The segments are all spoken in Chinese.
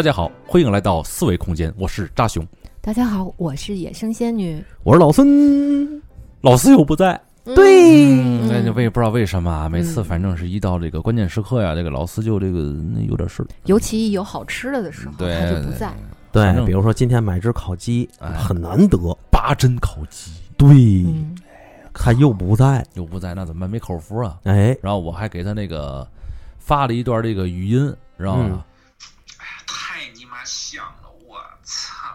大家好，欢迎来到四维空间，我是扎熊。 大家好，我是野生仙女， 我是老孙， 老四又不在。 对， 那我也不知道为什么啊，每次反正是一到这个关键时刻呀，这个老四就有点事， 尤其有好吃的时候， 对， 他就不在。 对，比如说今天买只烤鸡，很难得 8珍烤鸡， 对，他又不在， 那怎么办？没口福啊！ 哎， 然后我还给他那个发了一段这个语音，知道吗？ 哎呀，太你妈香了，我操！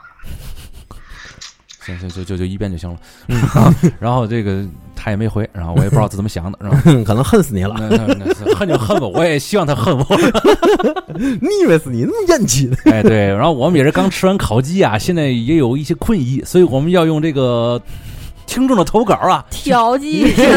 行，就一遍就行了。然后这个他也没回，然后我也不知道他怎么想的，是吧？ 可能恨死你了。 那恨就恨吧，我也希望他恨我。 你以为是你那么厌气的？ 哎，对。然后我们也是刚吃完烤鸡啊，现在也有一些困意，所以我们要用这个听众的投稿啊， 调剂一下。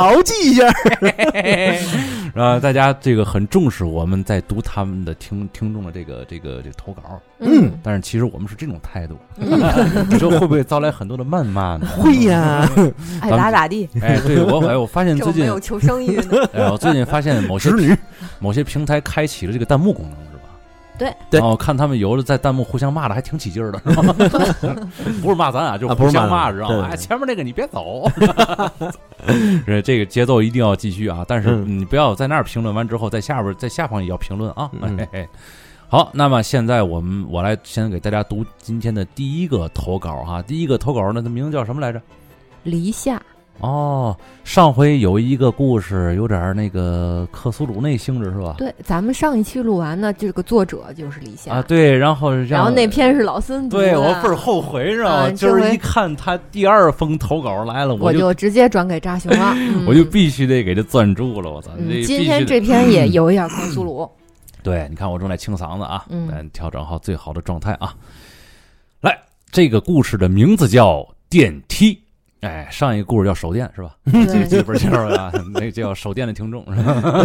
然后大家这个很重视我们在读他们的听众的这个投稿，但是其实我们是这种态度，你说会不会招来很多的谩骂呢？ 会呀， 爱咋地。 哎，对我发现最近没有求生欲呢。 我最近发现某些平台开启了这个弹幕功能，是吧？ 对， 然后看他们有的在弹幕互相骂的还挺起劲儿的，是吧？不是骂咱啊，就是互相骂，知道吗？哎，前面那个你别走，这个节奏一定要继续啊！但是你不要在那儿评论完之后，在下方也要评论啊！好，那么现在我来先给大家读今天的第一个投稿哈。第一个投稿呢，它名字叫什么来着？ 篱下。 哦，上回有一个故事，有点那个克苏鲁那性质是吧？ 对，咱们上一期录完呢，这个作者就是篱下啊，对，然后那篇是老孙读的， 对我倍儿后悔，知道吗？就是一看他第二封投稿来了， 我就直接转给扎熊了， 我就必须得给他攥住了，我操！ 今天这篇也有一点克苏鲁。 对，你看我正在清嗓子啊，调整好最好的状态啊。来，这个故事的名字叫电梯。哎，上一个故事叫手电是吧？这基本就是啊，那个叫手电的听众是吧？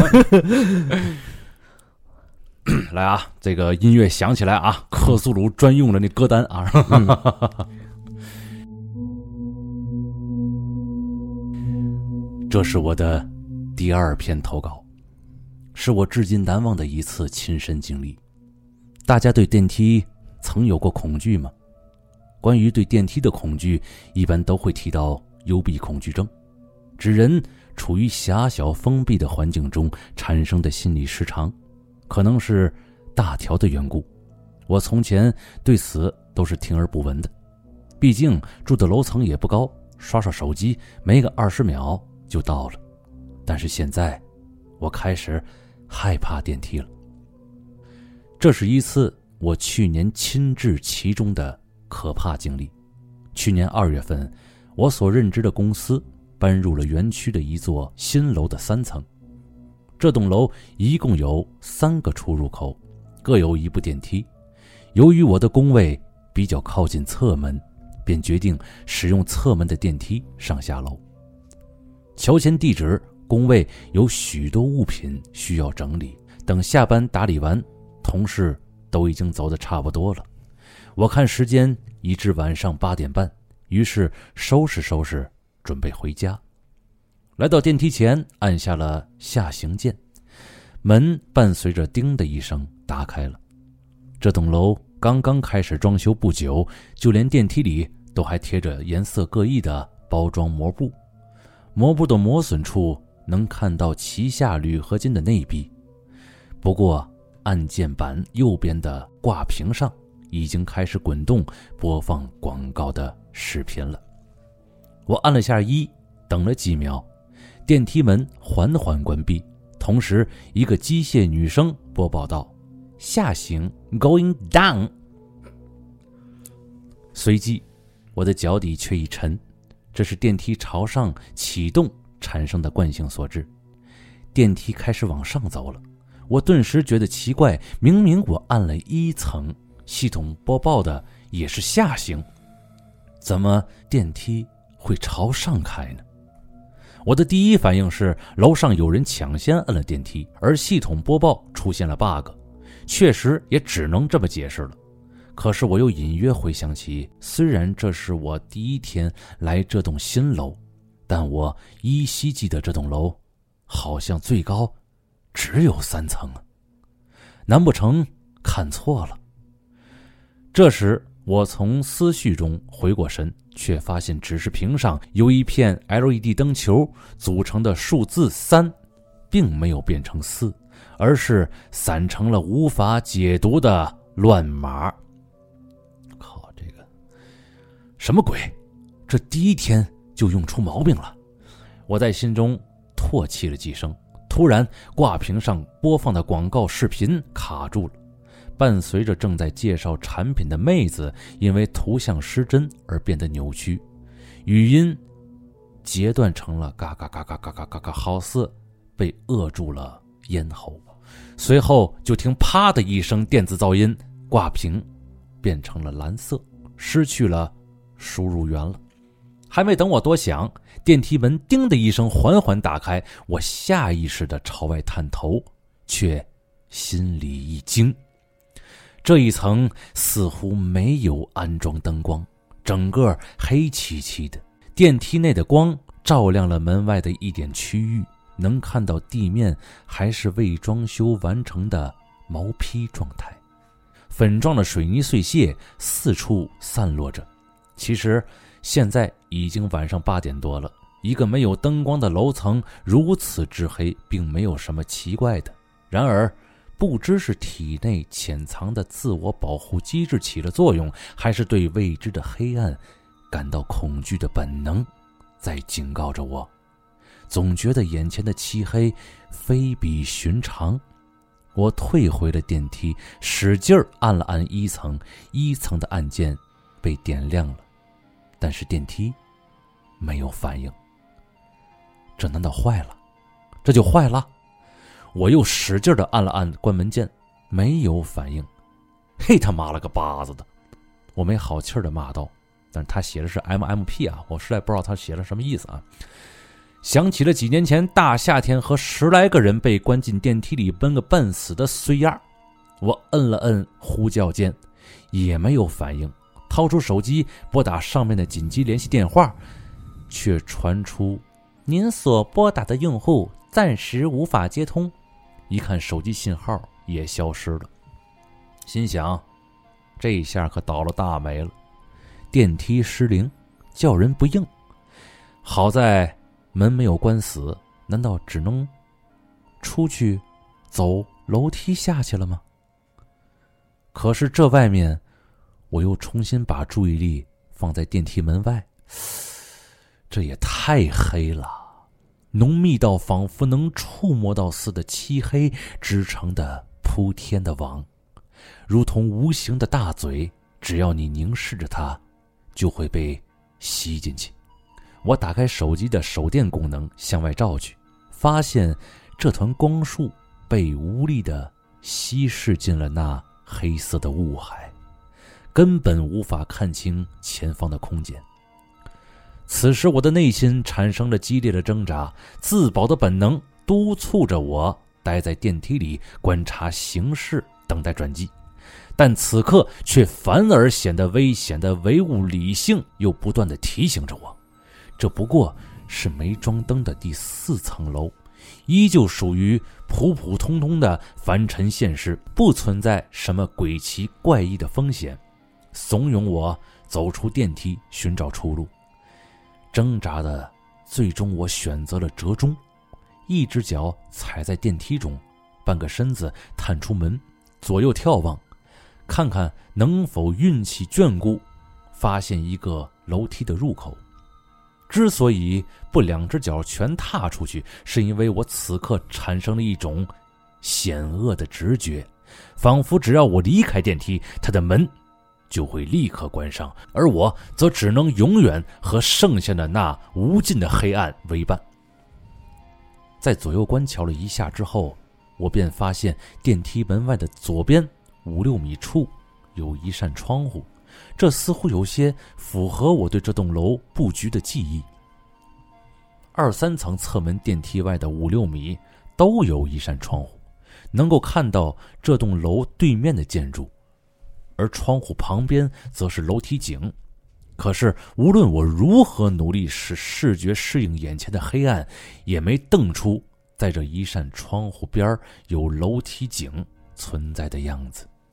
来啊，这个音乐响起来啊，克苏鲁专用的那歌单啊。这是我的第二篇投稿，是我至今难忘的一次亲身经历。大家对电梯曾有过恐惧吗？关于对电梯的恐惧，一般都会提到幽闭恐惧症，指人处于狭小封闭的环境中产生的心理失常，可能是大条的缘故。我从前对此都是听而不闻的，毕竟住的楼层也不高，刷刷手机没个20秒就到了。但是现在我开始害怕电梯了。这是一次我去年亲至其中的可怕经历。去年2月份，我所任职的公司搬入了园区的一座新楼的3层。这栋楼一共有3个出入口，各有1部电梯。由于我的工位比较靠近侧门，便决定使用侧门的电梯上下楼。瞧前地址，工位有许多物品需要整理，等下班打理完，同事都已经走得差不多了。我看时间已至晚上8点半，于是收拾收拾，准备回家。来到电梯前，按下了下行键，门伴随着叮的一声打开了。这栋楼刚刚开始装修不久，就连电梯里都还贴着颜色各异的包装膜布，膜布的磨损处能看到旗下铝合金的内壁。不过按键板右边的挂屏上已经开始滚动播放广告的视频了。我按了下1，等了几秒，电梯门缓缓关闭，同时一个机械女声播报道：下行 going down。 随即我的脚底却一沉，这是电梯朝上启动产生的惯性所致。电梯开始往上走了，我顿时觉得奇怪，明明我按了1层，系统播报的也是下行，怎么电梯会朝上开呢？我的第一反应是楼上有人抢先按了电梯，而系统播报出现了 bug， 确实也只能这么解释了。可是我又隐约回想起，虽然这是我第一天来这栋新楼，但我依稀记得这栋楼好像最高只有3层啊，难不成看错了？ 这时我从思绪中回过神，却发现指示屏上有一片 LED 灯球组成的数字3并没有变成4，而是散成了无法解读的乱码。靠，这个什么鬼？这第一天就用出毛病了。我在心中唾弃了几声，突然挂屏上播放的广告视频卡住了，伴随着正在介绍产品的妹子因为图像失真而变得扭曲，语音截断成了嘎嘎嘎嘎嘎嘎嘎嘎，好似被扼住了咽喉。随后就听啪的一声电子噪音，挂屏变成了蓝色，失去了输入源了。还没等我多想，电梯门叮的一声缓缓打开，我下意识地朝外探头，却心里一惊。这一层似乎没有安装灯光，整个黑漆漆的，电梯内的光照亮了门外的一点区域，能看到地面还是未装修完成的毛坯状态，粉状的水泥碎屑四处散落着。其实现在已经晚上8点多了，一个没有灯光的楼层如此之黑，并没有什么奇怪的。然而不知是体内潜藏的自我保护机制起了作用，还是对未知的黑暗感到恐惧的本能在警告着我。总觉得眼前的漆黑非比寻常。我退回了电梯，使劲按了按1层，1层的按键被点亮了，但是电梯没有反应。这难道坏了？这就坏了？我又使劲地按了按关门键，没有反应。嘿他妈了个巴子的！我没好气地骂道，但是他写的是 MMP 啊，我实在不知道他写了什么意思啊。想起了几年前大夏天和10来个人被关进电梯里闷个半死的衰样，我摁了摁呼叫键，也没有反应。掏出手机拨打上面的紧急联系电话，却传出您所拨打的用户暂时无法接通。一看手机信号也消失了，心想这一下可倒了大霉了，电梯失灵，叫人不应。好在门没有关死，难道只能出去走楼梯下去了吗？可是这外面我又重新把注意力放在电梯门外，这也太黑了，浓密到仿佛能触摸到似的漆黑织成的铺天的网，如同无形的大嘴，只要你凝视着它，就会被吸进去。我打开手机的手电功能向外照去，发现这团光束被无力地稀释进了那黑色的雾海，根本无法看清前方的空间。此时我的内心产生了激烈的挣扎，自保的本能督促着我待在电梯里观察形势，等待转机，但此刻却反而显得危险的唯物理性又不断地提醒着我，这不过是没装灯的第4层楼，依旧属于普普通通的凡尘现实，不存在什么诡奇怪异的风险，怂恿我走出电梯寻找出路。挣扎的最终我选择了折中，一只脚踩在电梯中，半个身子探出门，左右眺望，看看能否运气眷顾，发现一个楼梯的入口。之所以不2只脚全踏出去，是因为我此刻产生了一种险恶的直觉，仿佛只要我离开电梯，它的门就会立刻关上，而我则只能永远和剩下的那无尽的黑暗为伴。在左右观瞧了一下之后，我便发现电梯门外的左边5、6米处有一扇窗户，这似乎有些符合我对这栋楼布局的记忆。2、3层侧门电梯外的5、6米都有一扇窗户，能够看到这栋楼对面的建筑，而窗户旁边则是楼梯井。可是无论我如何努力使视觉适应眼前的黑暗，也没瞪出在这一扇窗户边有楼梯井存在的样子。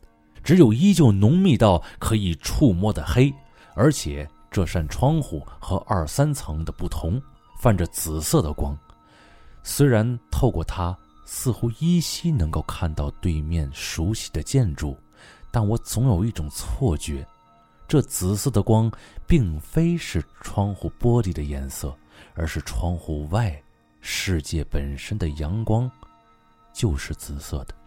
只有依旧浓密到可以触摸的黑，而且这扇窗户和2、3层的不同，泛着紫色的光。虽然透过它似乎依稀能够看到对面熟悉的建筑，但我总有一种错觉，这紫色的光并非是窗户玻璃的颜色，而是窗户外世界本身的阳光就是紫色的。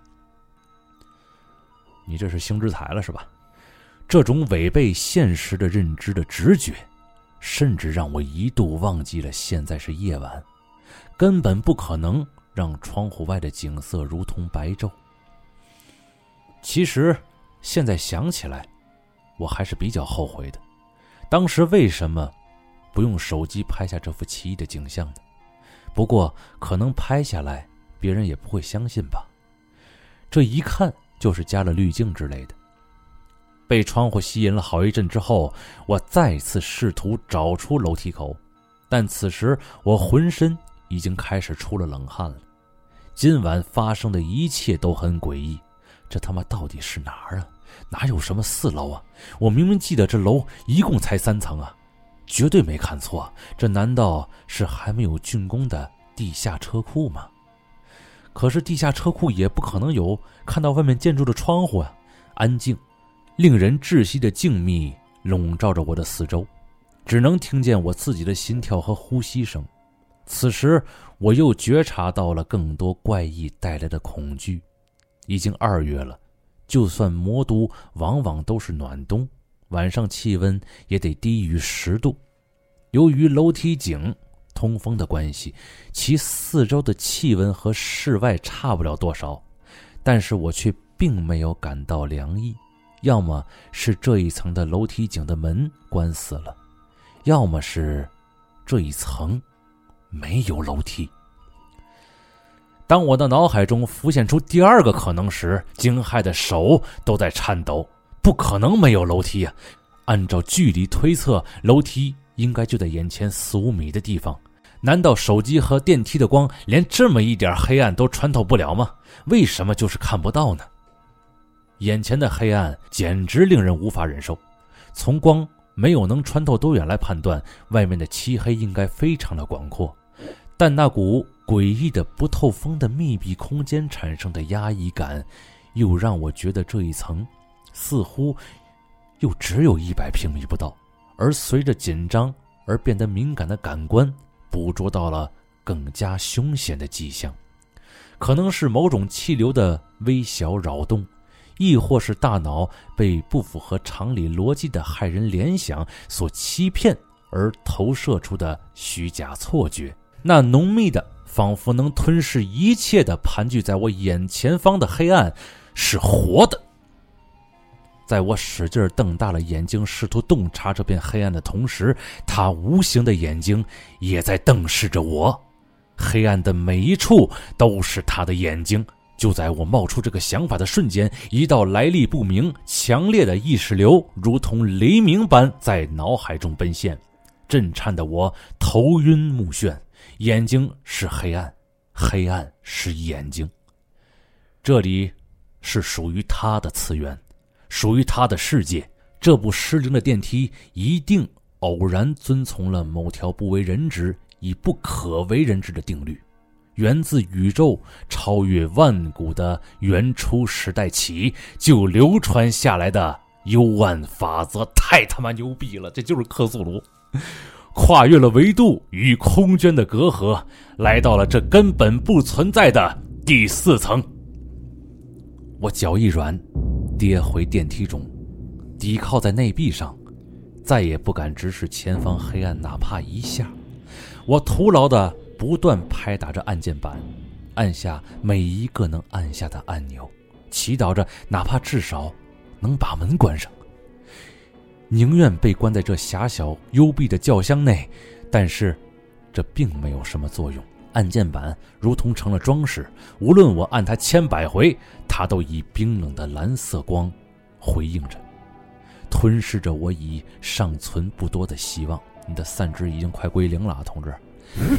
你这是星之彩了是吧？这种违背现实的认知的直觉，甚至让我一度忘记了现在是夜晚，根本不可能让窗户外的景色如同白昼。其实现在想起来，我还是比较后悔的，当时为什么不用手机拍下这幅奇异的景象呢？不过可能拍下来别人也不会相信吧，这一看就是加了滤镜之类的。被窗户吸引了好一阵之后，我再次试图找出楼梯口，但此时我浑身已经开始出了冷汗了。今晚发生的一切都很诡异，这他妈到底是哪儿啊？哪有什么4楼啊？我明明记得这楼一共才3层啊，绝对没看错。这难道是还没有竣工的地下车库吗？可是地下车库也不可能有看到外面建筑的窗户啊。安静令人窒息的静谧笼罩着我的四周，只能听见我自己的心跳和呼吸声。此时我又觉察到了更多怪异带来的恐惧。已经2月了，就算魔都往往都是暖冬，晚上气温也得低于10度。由于楼梯井通风的关系，其四周的气温和室外差不了多少，但是我却并没有感到凉意。要么是这一层的楼梯井的门关死了，要么是这一层没有楼梯。当我的脑海中浮现出第2个可能时，惊骇的手都在颤抖。不可能没有楼梯啊！按照距离推测，楼梯应该就在眼前4、5米的地方。难道手机和电梯的光连这么一点黑暗都穿透不了吗？为什么就是看不到呢？眼前的黑暗简直令人无法忍受。从光没有能穿透多远来判断，外面的漆黑应该非常的广阔，但那股诡异的不透风的密闭空间产生的压抑感，又让我觉得这一层似乎又只有100平米不到。而随着紧张而变得敏感的感官捕捉到了更加凶险的迹象，可能是某种气流的微小扰动，亦或是大脑被不符合常理逻辑的骇人联想所欺骗而投射出的虚假错觉。那浓密的仿佛能吞噬一切的盘踞在我眼前方的黑暗是活的。在我使劲瞪大了眼睛试图洞察这片黑暗的同时，他无形的眼睛也在瞪视着我。黑暗的每一处都是他的眼睛。就在我冒出这个想法的瞬间，一道来历不明强烈的意识流如同雷鸣般在脑海中奔现，震颤的我头晕目眩。眼睛是黑暗，黑暗是眼睛。这里是属于他的次元，属于他的世界。这部失灵的电梯一定偶然遵从了某条不为人知已不可为人知的定律，源自宇宙超越万古的原初时代起就流传下来的幽暗法则。太他妈牛逼了，这就是克苏鲁，跨越了维度与空间的隔阂，来到了这根本不存在的第4层。我脚一软，跌回电梯中，抵靠在内壁上，再也不敢直视前方黑暗哪怕一下。我徒劳地不断拍打着按键板，按下每一个能按下的按钮，祈祷着哪怕至少能把门关上。宁愿被关在这狭小幽闭的轿厢内，但是这并没有什么作用。按键板如同成了装饰，无论我按它千百回，它都以冰冷的蓝色光回应着，吞噬着我已尚存不多的希望。你的散值已经快归0了，同志。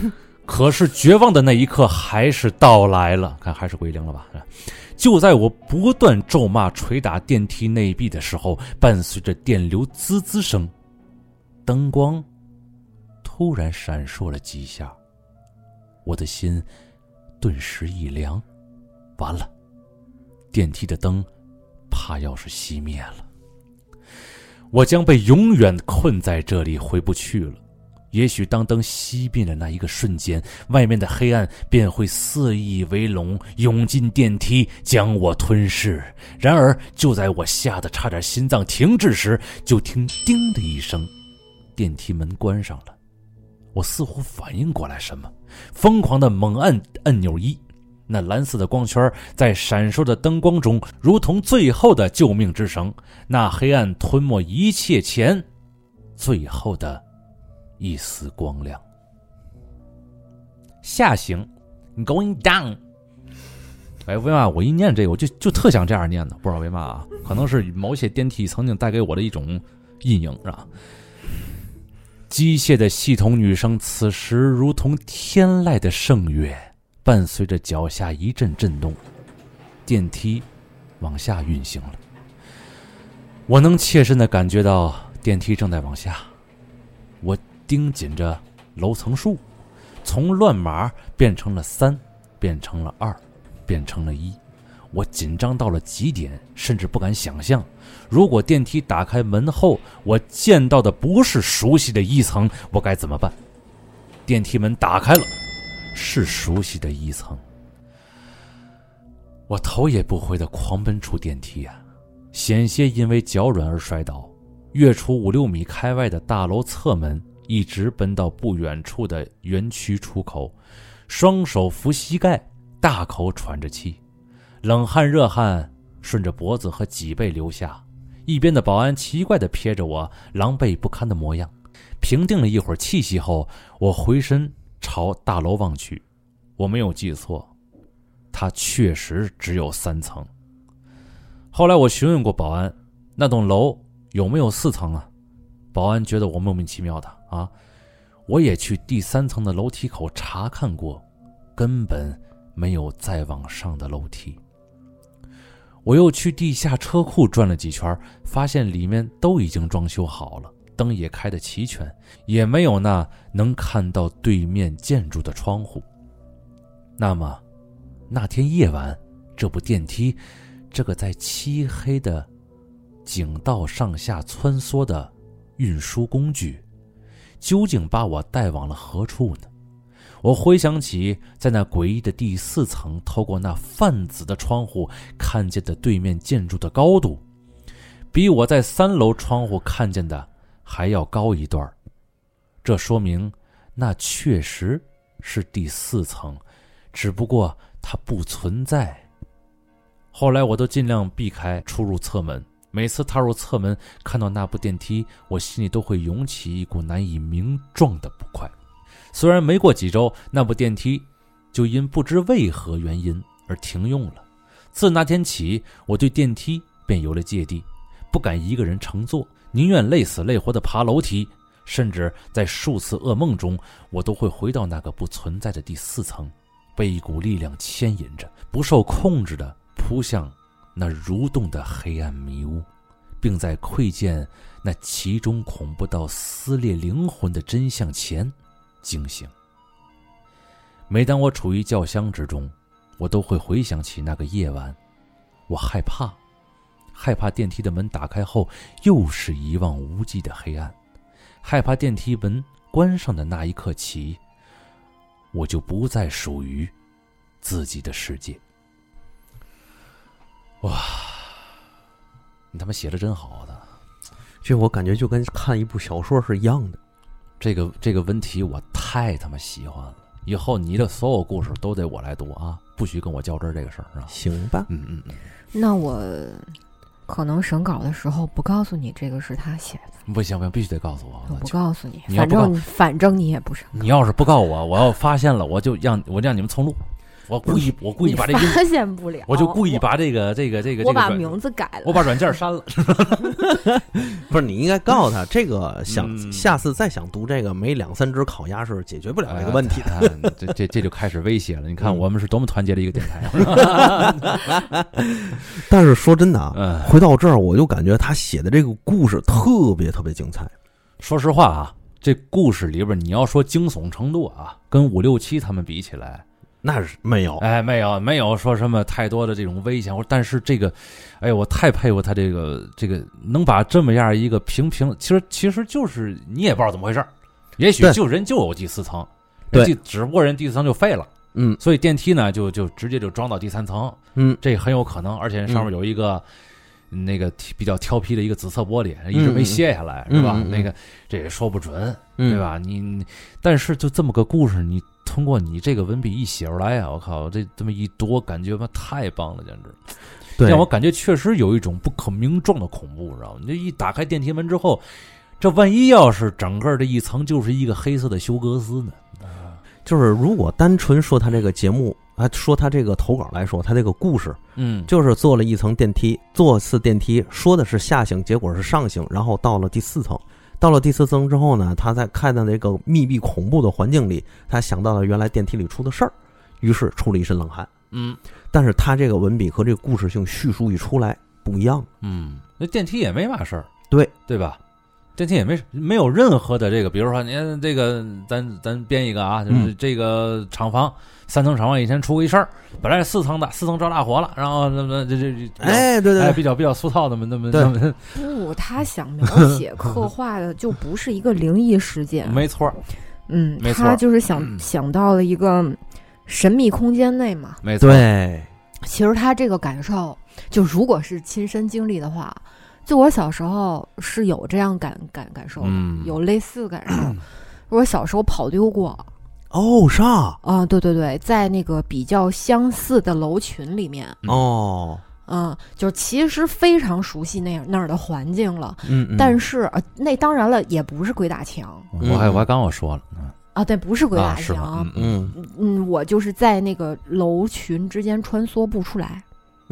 可是绝望的那一刻还是到来了，看还是归零了吧。就在我不断咒骂捶打电梯内壁的时候，伴随着电流滋滋声，灯光突然闪烁了几下，我的心顿时一凉，完了，电梯的灯怕要是熄灭了，我将被永远困在这里，回不去了。也许当灯熄灭的那一个瞬间，外面的黑暗便会肆意围拢，涌进电梯，将我吞噬。然而就在我吓得差点心脏停滞时，就听叮的一声，电梯门关上了。我似乎反应过来什么，疯狂地猛按按钮1，那蓝色的光圈在闪烁的灯光中如同最后的救命之绳，那黑暗吞没一切前最后的一丝光亮。下行 going down。 哎，为嘛我一念这个我就特想这样念呢？不知道为嘛啊，可能是某些电梯曾经带给我的一种阴影，是吧？机械的系统女声此时如同天籁的圣乐，伴随着脚下一阵震动，电梯往下运行了。我能切身地感觉到电梯正在往下，我盯紧着楼层数，从乱码变成了3，变成了2，变成了1。我紧张到了极点，甚至不敢想象，如果电梯打开门后，我见到的不是熟悉的1层，我该怎么办？电梯门打开了，是熟悉的1层。我头也不回地狂奔出电梯啊，险些因为脚软而摔倒，跃出5-6米开外的大楼侧门，一直奔到不远处的园区出口，双手扶膝盖，大口喘着气，冷汗热汗顺着脖子和脊背流下。一边的保安奇怪地瞥着我狼狈不堪的模样，平定了一会儿气息后，我回身朝大楼望去，我没有记错，它确实只有3层。后来我询问过保安，那栋楼有没有4层啊？保安觉得我莫名其妙的啊，我也去第3层的楼梯口查看过，根本没有再往上的楼梯。我又去地下车库转了几圈，发现里面都已经装修好了，灯也开得齐全，也没有那能看到对面建筑的窗户。那么那天夜晚，这部电梯，这个在漆黑的井道上下穿梭的运输工具，究竟把我带往了何处呢？我回想起在那诡异的第4层，透过那泛紫的窗户看见的对面建筑的高度，比我在3楼窗户看见的还要高一段。这说明那确实是第4层，只不过它不存在。后来我都尽量避开出入侧门，每次踏入侧门看到那部电梯，我心里都会涌起一股难以名状的不快。虽然没过几周，那部电梯就因不知为何原因而停用了。自那天起，我对电梯便有了芥蒂，不敢一个人乘坐，宁愿累死累活地爬楼梯，甚至在数次噩梦中，我都会回到那个不存在的第4层，被一股力量牵引着，不受控制地扑向那蠕动的黑暗迷雾，并在窥见那其中恐怖到撕裂灵魂的真相前惊醒。每当我处于轿厢之中，我都会回想起那个夜晚，我害怕电梯的门打开后又是一望无际的黑暗，害怕电梯门关上的那一刻起，我就不再属于自己的世界。哇，你他妈写的真好的， 这我感觉就跟看一部小说是一样的。 这个问题我太他妈喜欢了，以后你的所有故事都得我来读啊，不许跟我较真这个事儿，是吧？ 行吧。 那我可能审稿的时候不告诉你这个是他写的。 不行，必须得告诉我。 我不告诉你， 你要不反正你也不审稿。 你要是不告我，我要发现了，我让你们重录。 我故意把这个发现不了， 我就故意把这个我把名字改了， 我把软件删了。 不是，你应该告诉他，这个下次再想读这个，没2-3只烤鸭是解决不了这个问题的。 这就开始威胁了。你看我们是多么团结的一个电台。 但是说真的啊，回到这儿我就感觉他写的这个故事特别特别精彩。 说实话啊，这故事里边你要说惊悚程度啊，跟5、6、7他们比起来。 那是没有， 没有说什么太多的这种危险，但是这个，哎，我太佩服他这个能把这么样一个平，其实就是你也不知道怎么回事，也许就人就有第4层， 对， 只不过人第4层就废了，所以电梯呢就直接就装到第3层，这很有可能，而且上面有一个那个比较调皮的一个紫色玻璃，一直没卸下来，是吧？那个这也说不准，对吧？但是就这么个故事，你通过你这个文笔一写出来啊，我靠，这么一读，感觉吧太棒了，简直， 对， 让我感觉确实有一种不可名状的恐怖，知道吗？你这一打开电梯门之后，这万一要是整个这一层就是一个黑色的休格斯呢？ 就是如果单纯说他这个节目啊，说他这个投稿来说，他这个故事，就是坐了一层电梯，坐次电梯，说的是下行，结果是上行，然后到了第4层。到了第4层之后呢，他在看到那个密闭恐怖的环境里，他想到了原来电梯里出的事儿，于是出了一身冷汗。但是他这个文笔和这个故事性叙述一出来不一样。 那电梯也没嘛事儿，对吧？电梯也没有任何的这个，比如说你看这个咱编一个啊，就是这个厂房3层厂房以前出过一事儿，本来4层的4层着大火了，然后对，比较俗套的那么不，他想描写刻画的就不是一个灵异事件， 没错，没错， 他就是想到了一个神秘空间内嘛， 没错， 对， 其实他这个感受，就如果是亲身经历的话。就我小时候是有这样感受的，有类似感受。我小时候跑丢过。 哦，啥？ 啊，对，在那个比较相似的楼群里面。 哦。 就是其实非常熟悉那儿的环境了。但是那当然了，也不是鬼打墙。 我还刚我说了。 对，不是鬼打墙。我就是在那个楼群之间穿梭不出来。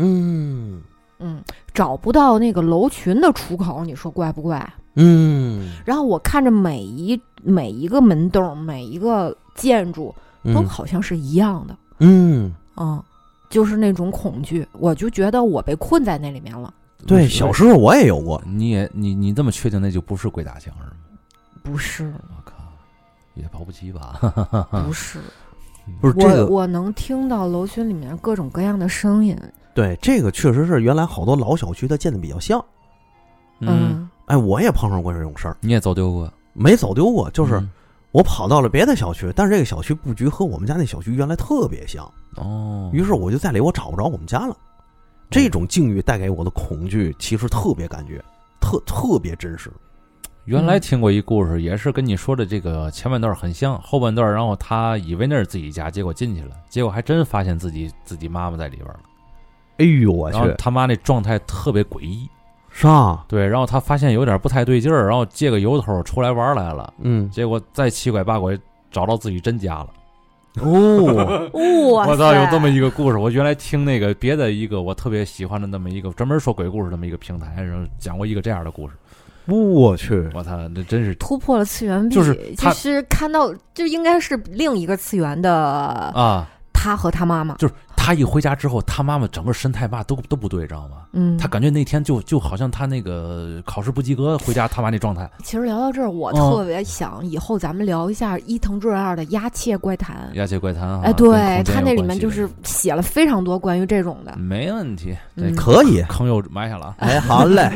找不到那个楼群的出口，你说怪不怪？然后我看着每一个门洞，每一个建筑都好像是一样的。就是那种恐惧，我就觉得我被困在那里面了。 对，小时候我也有过。 你这么确定那就不是鬼打墙是吗？ 不是， 我靠，也保不齐吧？ 不是， 不是这个， 我能听到楼群里面各种各样的声音。 对，这个确实是原来好多老小区它建的比较像。我也碰上过这种事儿。 你也走丢过？ 没走丢过，就是我跑到了别的小区，但是这个小区布局和我们家那小区原来特别像。于是我就在里我找不着我们家了。这种境遇带给我的恐惧，其实特别感觉特别真实。 原来听过一故事，也是跟你说的这个前半段很像，后半段然后他以为那是自己家，结果进去了，结果还真发现自己妈妈在里边了。 哎呦我去！ 然后他妈那状态特别诡异， 是啊， 对，然后他发现有点不太对劲儿，然后借个由头出来玩来了， 结果再七拐八拐找到自己真家了。 我操，有这么一个故事！我原来听那个别的一个我特别喜欢的那么一个专门说鬼故事这么一个平台上讲过一个这样的故事。 我去！ 我操，这真是突破了次元壁，就是看到就应该是另一个次元的啊， 他和他妈妈就是。他一回家之后，他妈妈整个神态吧都不对，知道吗？他感觉那天就好像他那个考试不及格回家，他妈那状态。 其实聊到这儿，我特别想以后咱们聊一下伊藤润二的《鸦切怪谈》。 鸦切怪谈啊， 对他那里面就是写了非常多关于这种的。 没问题， 可以， 坑又埋下了。 好嘞。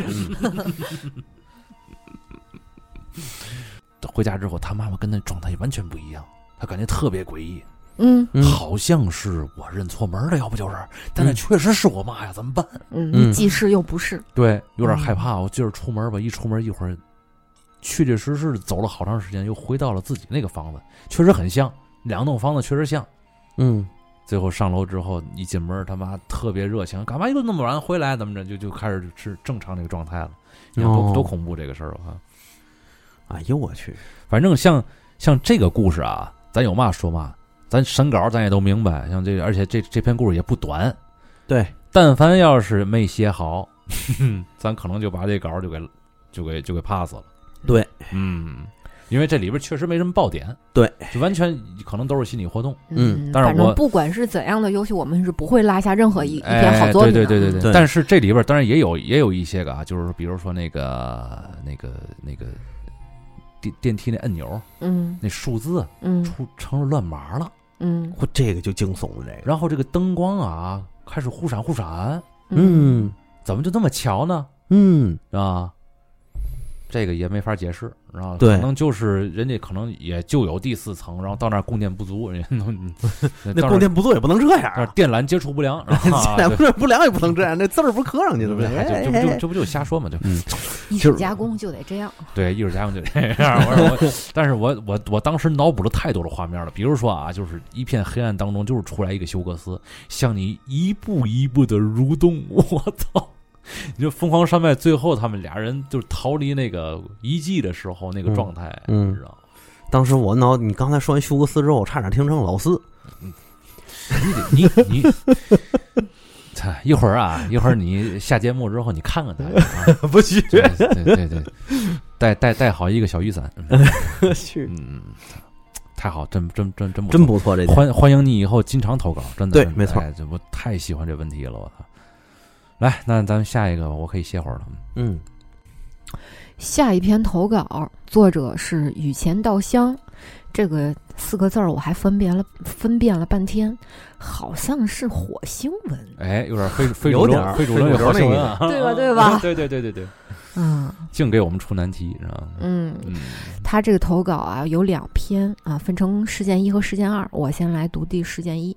回家之后，他妈妈跟那状态完全不一样，他感觉特别诡异。好像是我认错门了，要不就是，但那确实是我妈呀，怎么办？ 你既是又不是， 对，有点害怕。我今儿出门吧，一出门一会儿，确确实实走了好长时间，又回到了自己那个房子，确实很像，两栋房子确实像。最后上楼之后，一进门，他妈特别热情，干嘛又那么晚回来？怎么着就开始是正常这个状态了？你看多恐怖这个事儿啊！ 哎呦我去， 反正像这个故事啊，咱有嘛说嘛。 咱审稿咱也都明白，像这个，而且这篇故事也不短， 对， 但凡要是没写好，咱可能就把这稿就给 pass 了。 对， 因为这里边确实没什么爆点， 对， 就完全可能都是心理活动。 但是反正不管是怎样的优秀，我们是不会落下任何一篇好作品的。 对。但是这里边当然也有一些个啊，就是比如说那个电梯那按钮，那数字，成了乱码了， 这个就惊悚了，这个。 然后这个灯光啊开始忽闪，怎么就这么巧呢？是吧？这个也没法解释，然后可能就是人家可能也就有第4层，然后到那儿供电不足，人家那供电不足也不能这样， 电缆接触不良， 电缆不良也不能这样，那字儿不刻上去了吗？ 这不就瞎说嘛？就艺术加工就得这样， 对，艺术加工就得这样。但是我当时脑补了太多的画面了，比如说啊，就是一片黑暗当中，就是出来一个休格斯，向你一步一步的蠕动，我操！你说疯狂山脉最后他们俩人就是逃离那个遗迹的时候那个状态，你知道？ 当时你刚才说完休格斯之后，我差点听成老四。 你一会儿你下节目之后你看看他， 不去。 对，带好一个小雨伞， 去。 太好，真不错， 真不错。这欢迎你以后经常投稿，真的。 对，没错。 我太喜欢这问题了，我操！来，那咱们下一个，我可以歇会儿了。 下一篇投稿作者是雨前稻香，这个4个字我还分辨了半天，好像是火星文。 哎，有点非主流火星文啊， 对吧？ 对。净给我们出难题，是吧？ 他这个投稿啊有2篇啊，分成事件1和事件2。我先来读第事件1。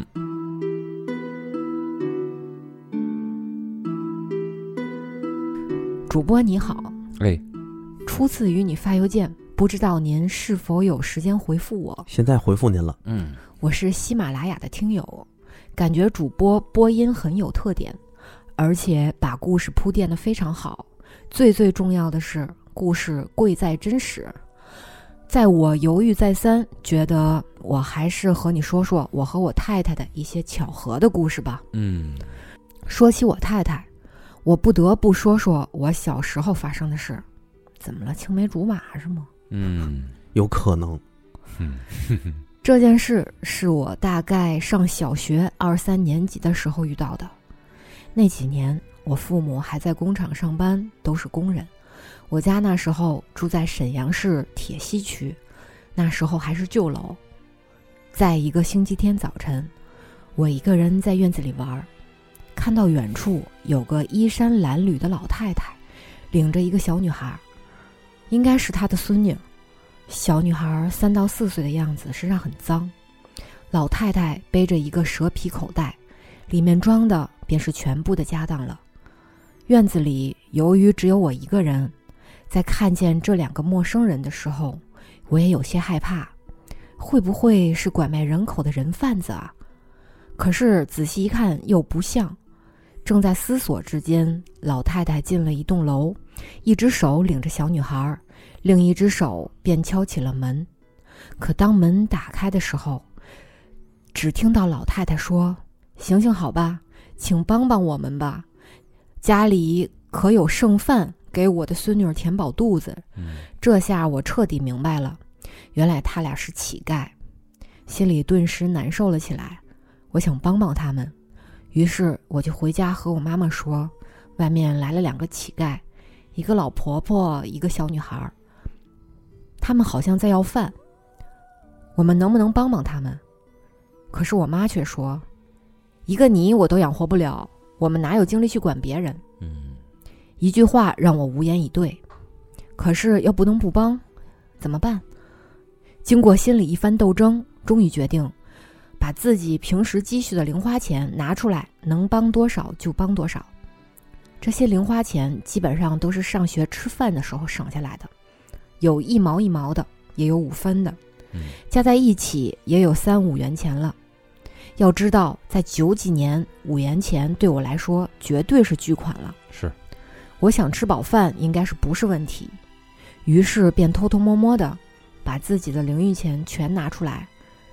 主播你好，初次与你发邮件，不知道您是否有时间回复我？ 现在回复您了。 我是喜马拉雅的听友，感觉主播播音很有特点，而且把故事铺垫得非常好。最重要的是，故事贵在真实。在我犹豫再三，觉得我还是和你说说我和我太太的一些巧合的故事吧。说起我太太，我不得不说说我小时候发生的事。怎么了？青梅竹马是吗？ 有可能。 这件事是我大概上小学2、3年级的时候遇到的。那几年我父母还在工厂上班，都是工人。我家那时候住在沈阳市铁西区，那时候还是旧楼。在一个星期天早晨，我一个人在院子里玩，看到远处有个衣衫褴褛的老太太领着一个小女孩，应该是她的孙女。小女孩3到4岁的样子，身上很脏。老太太背着一个蛇皮口袋，里面装的便是全部的家当了。院子里由于只有我一个人，在看见这2个陌生人的时候，我也有些害怕，会不会是拐卖人口的人贩子啊？可是仔细一看又不像。正在思索之间，老太太进了一栋楼，一只手领着小女孩，另一只手便敲起了门。可当门打开的时候，只听到老太太说：“行好吧，请帮帮我们吧，家里可有剩饭给我的孙女儿填饱肚子。”这下我彻底明白了，原来他俩是乞丐，心里顿时难受了起来。我想帮帮他们，于是我就回家和我妈妈说，外面来了2个乞丐，一个老婆婆，一个小女孩，他们好像在要饭，我们能不能帮帮他们？可是我妈却说，一个你我都养活不了，我们哪有精力去管别人？一句话让我无言以对，可是又不能不帮，怎么办？经过心里一番斗争，终于决定把自己平时积蓄的零花钱拿出来，能帮多少就帮多少。这些零花钱基本上都是上学吃饭的时候省下来的，有1毛1毛的，也有5分的，加在一起也有3、5元钱了。要知道在90几年5元钱对我来说绝对是巨款了。 是， 我想吃饱饭应该是不是问题，于是便偷偷摸摸的把自己的零用钱全拿出来，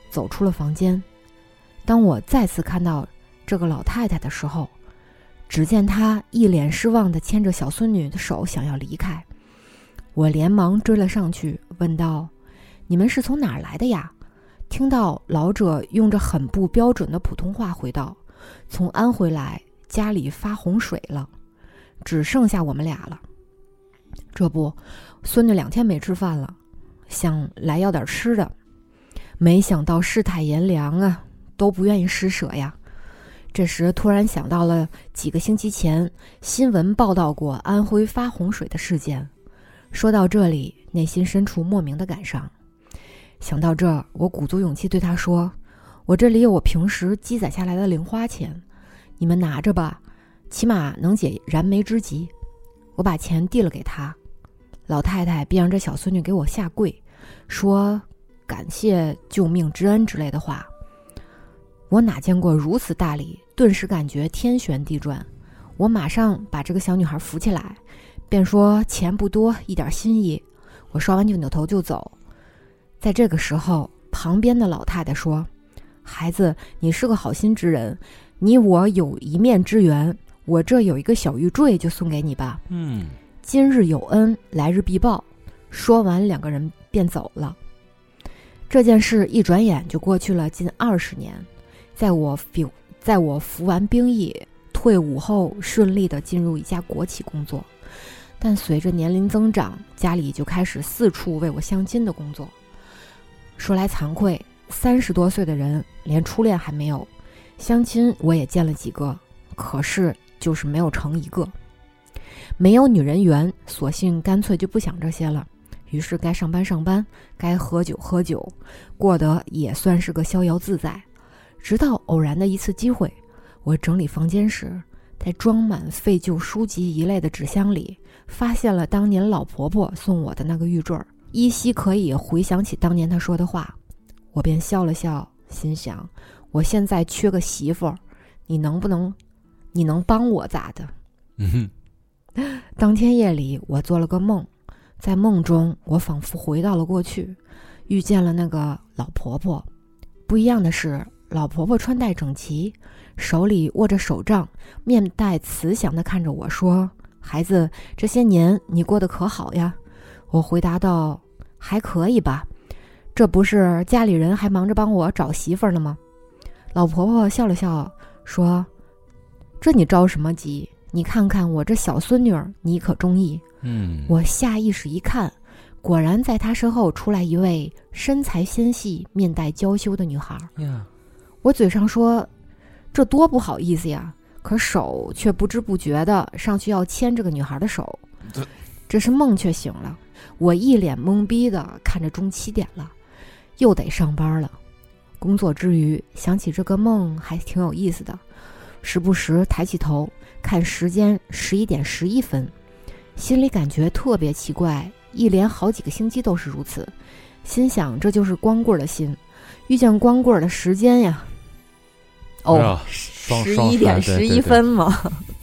走出了房间。当我再次看到这个老太太的时候，只见她一脸失望地牵着小孙女的手想要离开。我连忙追了上去，问道：你们是从哪儿来的呀？听到老者用着很不标准的普通话回道：从安徽来，家里发洪水了，只剩下我们俩了。这不，孙女2天没吃饭了，想来要点吃的，没想到世态炎凉啊，都不愿意施舍呀。这时突然想到了几个星期前新闻报道过安徽发洪水的事件，说到这里，内心深处莫名的感伤。想到这儿，我鼓足勇气对他说：我这里有我平时积攒下来的零花钱，你们拿着吧，起码能解燃眉之急。我把钱递了给他，老太太便让这小孙女给我下跪，说感谢救命之恩之类的话。我哪见过如此大礼，顿时感觉天旋地转。我马上把这个小女孩扶起来，便说钱不多，一点心意。我说完就扭头就走。在这个时候，旁边的老太太说：孩子，你是个好心之人，你我有一面之缘，我这有一个小玉坠，就送给你吧。今日有恩，来日必报。说完，2个人便走了。这件事一转眼就过去了近20年。在我服完兵役退伍后，顺利地进入一家国企工作，但随着年龄增长，家里就开始四处为我相亲的工作。说来惭愧，30多岁的人连初恋还没有，相亲我也见了几个，可是就是没有成一个。没有女人缘，索性干脆就不想这些了，于是该上班上班，该喝酒喝酒，过得也算是个逍遥自在。直到偶然的一次机会，我整理房间时，在装满废旧书籍一类的纸箱里，发现了当年老婆婆送我的那个玉坠，依稀可以回想起当年她说的话。我便笑了笑，心想我现在缺个媳妇儿，你能帮我咋的？当天夜里，我做了个梦，在梦中我仿佛回到了过去，遇见了那个老婆婆。不一样的是，老婆婆穿戴整齐，手里握着手杖，面带慈祥地看着我说：孩子，这些年你过得可好呀？我回答道：还可以吧，这不是家里人还忙着帮我找媳妇儿呢吗？老婆婆笑了笑说：这你着什么急？你看看我这小孙女儿，你可中意？我下意识一看，果然在她身后出来一位身材纤细、面带娇羞的女孩。我嘴上说这多不好意思呀，可手却不知不觉的上去要牵这个女孩的手。这是梦却醒了，我一脸懵逼的看着中7点了，又得上班了。工作之余想起这个梦还挺有意思的，时不时抬起头看时间11点11分，心里感觉特别奇怪，一连好几个星期都是如此。心想这就是光棍的心，遇见光棍的时间呀。11点11分嘛。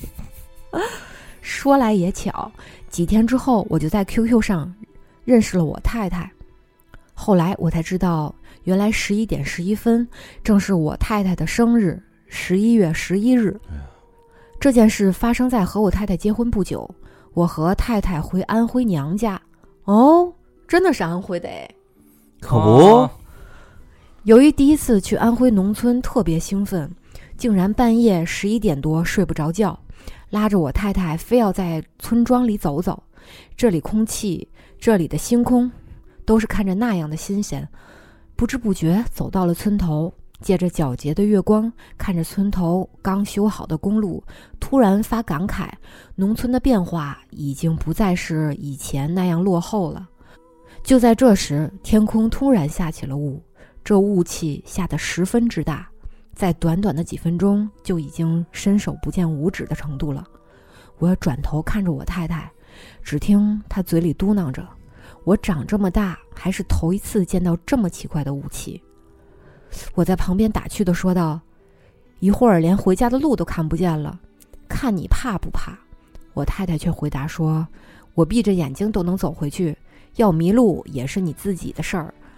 说来也巧，几天之后我就在 QQ 上认识了我太太。后来我才知道，原来11点11分正是我太太的生日，11月11日。这件事发生在和我太太结婚不久，我和太太回安徽娘家。真的是安徽的哎， 可不。 由于第一次去安徽农村特别兴奋，竟然半夜11点多睡不着觉，拉着我太太非要在村庄里走走，这里空气，这里的星空都是看着那样的新鲜。不知不觉走到了村头，借着皎洁的月光，看着村头刚修好的公路，突然发感慨，农村的变化已经不再是以前那样落后了。就在这时，天空突然下起了雾，这雾气下得十分之大，在短短的几分钟就已经伸手不见五指的程度了。我转头看着我太太，只听她嘴里嘟囔着：我长这么大还是头一次见到这么奇怪的雾气。我在旁边打趣地说道：一会儿连回家的路都看不见了，看你怕不怕？我太太却回答说：我闭着眼睛都能走回去，要迷路也是你自己的事儿。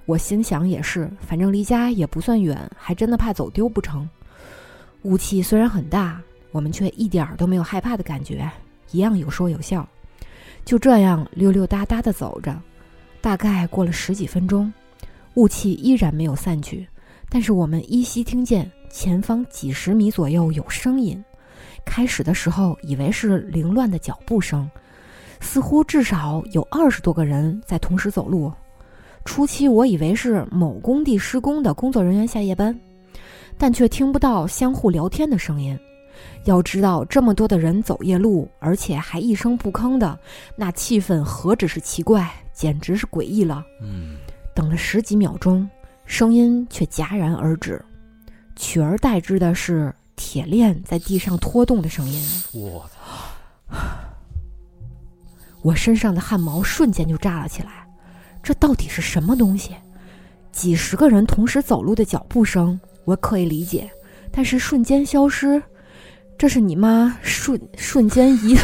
我心想也是，反正离家也不算远，还真的怕走丢不成。雾气虽然很大，我们却一点都没有害怕的感觉，一样有说有笑。就这样溜溜达达地走着，大概过了10几分钟，雾气依然没有散去，但是我们依稀听见前方几10米左右有声音。开始的时候以为是凌乱的脚步声，似乎至少有20多个人在同时走路。初期我以为是某工地施工的工作人员下夜班，但却听不到相互聊天的声音。要知道这么多的人走夜路，而且还一声不吭的，那气氛何止是奇怪，简直是诡异了。等了10几秒钟，声音却戛然而止，取而代之的是铁链在地上拖动的声音。 我操！ 我身上的汗毛瞬间就炸了起来，这到底是什么东西？几10个人同时走路的脚步声我可以理解，但是瞬间消失，这是你妈瞬间移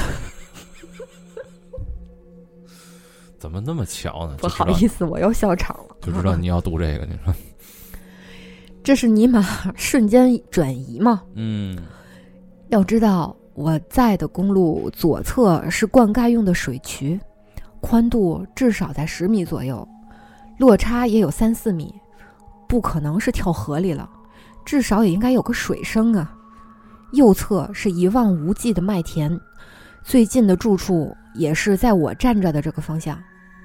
怎么那么巧呢？ 不好意思，我又笑场了。 就知道你要读这个，你说这是尼玛瞬间转移吗？要知道我在的公路左侧是灌溉用的水渠，宽度至少在10米左右，落差也有3、4米，不可能是跳河里了，至少也应该有个水声啊。右侧是一望无际的麦田，最近的住处也是在我站着的这个方向。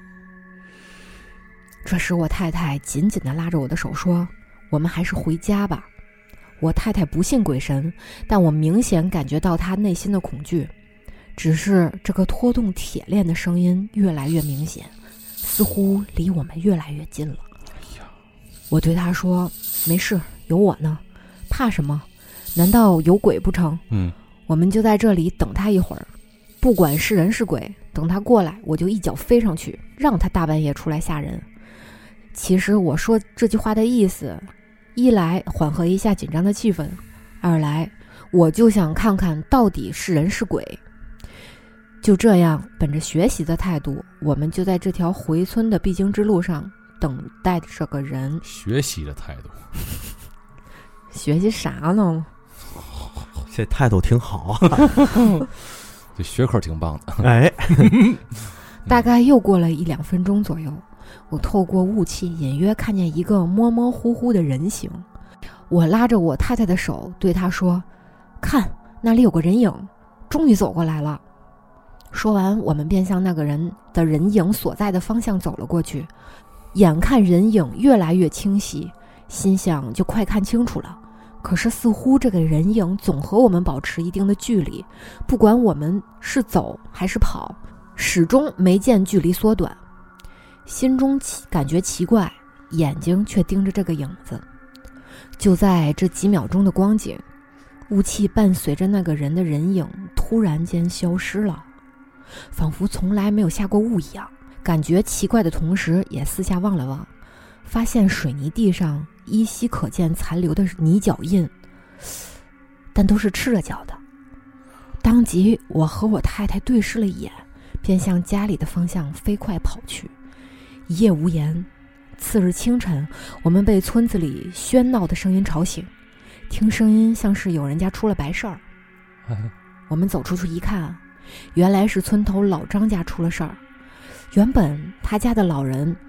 这时我太太紧紧地拉着我的手说，我们还是回家吧。我太太不信鬼神，但我明显感觉到她内心的恐惧，只是这个拖动铁链的声音越来越明显，似乎离我们越来越近了。我对她说，没事，有我呢，怕什么？难道有鬼不成？我们就在这里等他一会儿，不管是人是鬼，等他过来我就一脚飞上去，让他大半夜出来吓人。其实我说这句话的意思，一来缓和一下紧张的气氛，二来我就想看看到底是人是鬼。就这样，本着学习的态度，我们就在这条回村的必经之路上等待着个人。 学习的态度？ 学习啥呢？ 这态度挺好啊， 这学科挺棒的。 哎， 大概又过了1、2分钟左右，我透过雾气隐约看见一个模模糊糊的人形。我拉着我太太的手对她说，看那里有个人影，终于走过来了。说完我们便向那个人的人影所在的方向走了过去。眼看人影越来越清晰，心想就快看清楚了，可是似乎这个人影总和我们保持一定的距离，不管我们是走还是跑，始终没见距离缩短。心中感觉奇怪，眼睛却盯着这个影子。就在这几秒钟的光景，雾气伴随着那个人的人影突然间消失了，仿佛从来没有下过雾一样。感觉奇怪的同时，也四下望了望，发现水泥地上依稀可见残留的泥脚印，但都是赤着脚的。当即我和我太太对视了一眼，便向家里的方向飞快跑去。一夜无言。次日清晨，我们被村子里喧闹的声音吵醒，听声音像是有人家出了白事儿。我们走出去一看，原来是村头老张家出了事儿。原来他家的老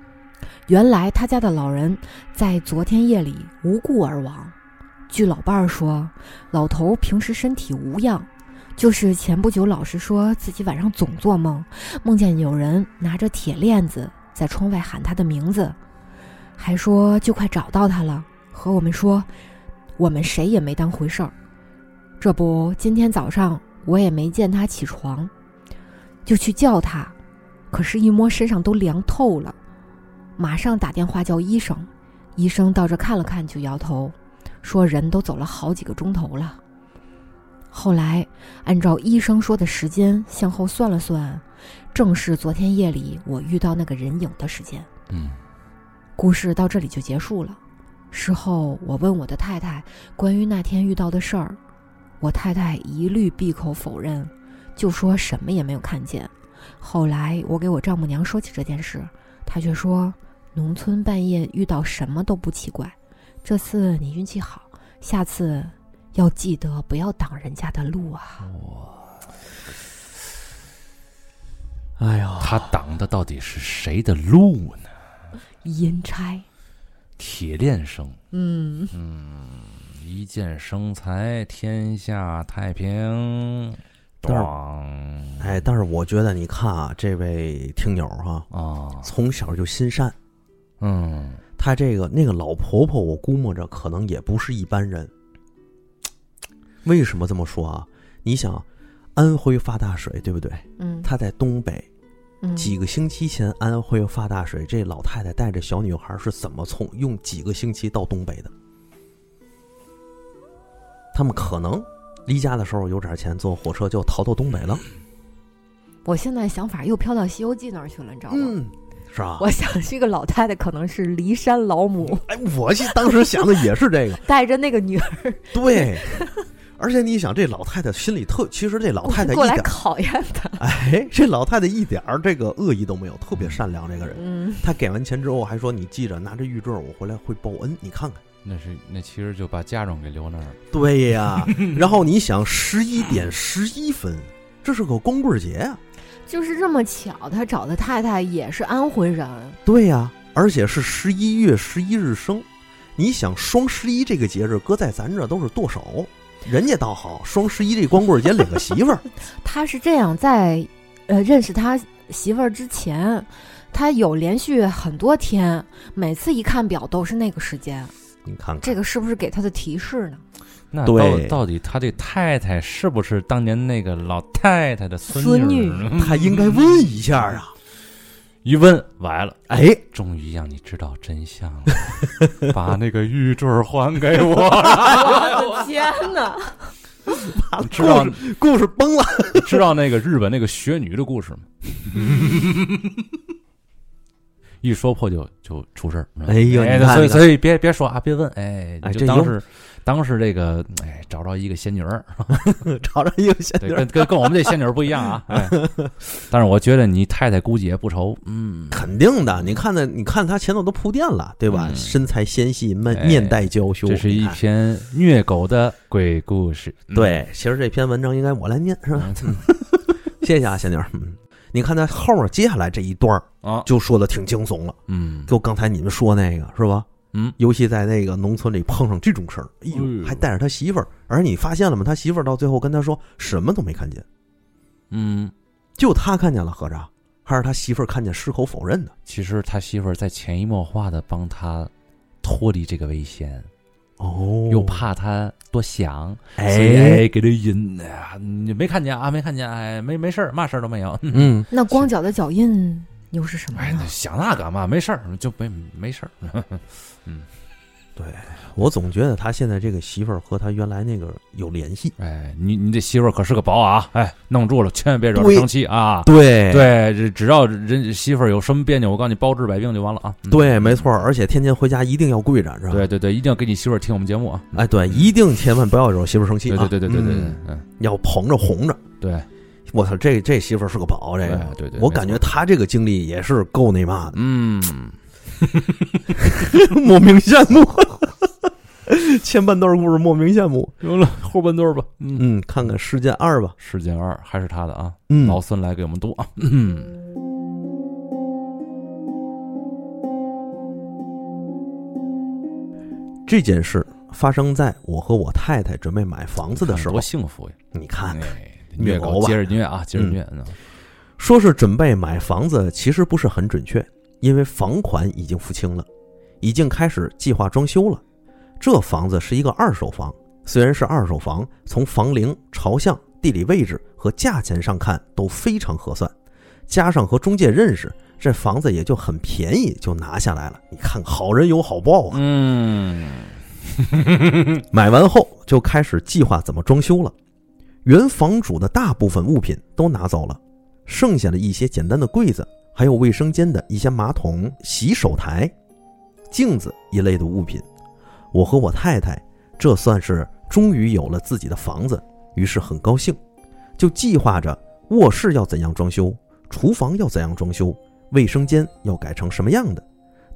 人在昨天夜里无故而亡。据老伴儿说，老头平时身体无恙，就是前不久老是说自己晚上总做梦，梦见有人拿着铁链子在窗外喊他的名字，还说就快找到他了，和我们说我们谁也没当回事儿。这不，今天早上我也没见他起床，就去叫他，可是一摸身上都凉透了，马上打电话叫医生。医生到这看了看就摇头，说人都走了好几个钟头了。后来按照医生说的时间向后算了算，正是昨天夜里我遇到那个人影的时间。故事到这里就结束了。事后我问我的太太关于那天遇到的事儿，我太太一律闭口否认，就说什么也没有看见。后来我给我丈母娘说起这件事，她却说农村半夜遇到什么都不奇怪，这次你运气好，下次要记得不要挡人家的路啊。 哎呀， 他挡的到底是谁的路呢？ 阴差铁链绳。一箭生财，天下太平。 但是我觉得你看啊，这位听友从小就心善。他那个老婆婆，我估摸着可能也不是一般人。为什么这么说啊？你想，安徽发大水，对不对？他在东北。几个星期前安徽发大水，这老太太带着小女孩是怎么用几个星期到东北的？他们可能离家的时候有点钱，坐火车就逃到东北了。 我现在想法又飘到《西游记》那儿去了，你知道吗？ 是吧？ 我想这个老太太可能是骊山老母。 我当时想的也是这个， 带着那个女儿。 对。而且你想，这老太太心里其实这老太太过来考验她。 这老太太一点这个恶意都没有，特别善良。这个人，她给完钱之后还说：“你记着，拿着玉坠，我回来会报恩。你看看。” 那其实就把嫁妆给留那儿了。 对呀。然后你想，11点11分，这是个光棍节啊。 就是这么巧，他找的太太也是安徽人。 对呀，而且是11月11日生。你想，双11这个节日，搁在咱这都是剁手。人家倒好，双11这光棍节领个媳妇儿。 他是这样，在认识他媳妇儿之前，他有连续很多天，每次一看表都是那个时间。 你看看这个是不是给他的提示呢？ 那到底他这太太是不是当年那个老太太的孙女？ 他应该问一下啊。 一问完了，终于让你知道真相了，把那个玉坠还给我。 我的天哪！ 知道故事崩了。 知道那个日本那个雪女的故事吗？一说破就出事儿。所以别说啊，别问。就当时这个找着一个仙女儿， 找着一个仙女儿， 跟我们这仙女儿不一样啊。但是我觉得你太太估计也不愁。 肯定的。你看他前头都铺垫了，对吧？身材纤细，面带娇羞。 这是一篇虐狗的鬼故事。 对，其实这篇文章应该我来念，是吧？谢谢啊，仙女儿。你看他后面接下来这一段就说的挺惊悚了。就刚才你们说那个是吧？尤其在那个农村里碰上这种事儿，还带着他媳妇儿，而你发现了吗？他媳妇儿到最后跟他说什么都没看见。就他看见了，合着还是他媳妇儿看见矢口否认的。 其实他媳妇儿在潜移默化的帮他脱离这个危险。又怕他多想，所以给他引。你没看见啊？没看见？没事儿，嘛事儿都没有。 那光脚的脚印又是什么呢？ 想那干嘛？没事儿，就没事儿。 对，我总觉得他现在这个媳妇儿和他原来那个有联系。 你这媳妇儿可是个宝啊！弄住了，千万别惹她生气啊！ 对， 只要人媳妇儿有什么别扭，我告诉你，包治百病就完了啊！ 对，没错，而且天天回家一定要跪着，是吧？ 对，一定要给你媳妇儿听我们节目啊！ 对，一定千万不要惹媳妇儿生气啊！ 对， 要捧着哄着。 对， 我操，这媳妇儿是个宝，这个对， 我感觉他这个经历也是够那嘛的。莫名羡慕。前半段故事莫名羡慕， 有了后半段吧。 看看事件2吧。 事件2还是他的啊。老孙来给我们读啊。 这件事发生在我和我太太准备买房子的时候。 多幸福呀！ 你看看， 虐狗接着虐啊，接着虐。 说是准备买房子，其实不是很准确，因为房款已经付清了，已经开始计划装修了。这房子是一个2手房，虽然是2手房，从房龄、朝向、地理位置和价钱上看都非常合算，加上和中介认识，这房子也就很便宜就拿下来了。你看，好人有好报啊。买完后就开始计划怎么装修了。原房主的大部分物品都拿走了，剩下了一些简单的柜子，还有卫生间的一些马桶、洗手台、镜子一类的物品。我和我太太这算是终于有了自己的房子，于是很高兴，就计划着卧室要怎样装修，厨房要怎样装修，卫生间要改成什么样的。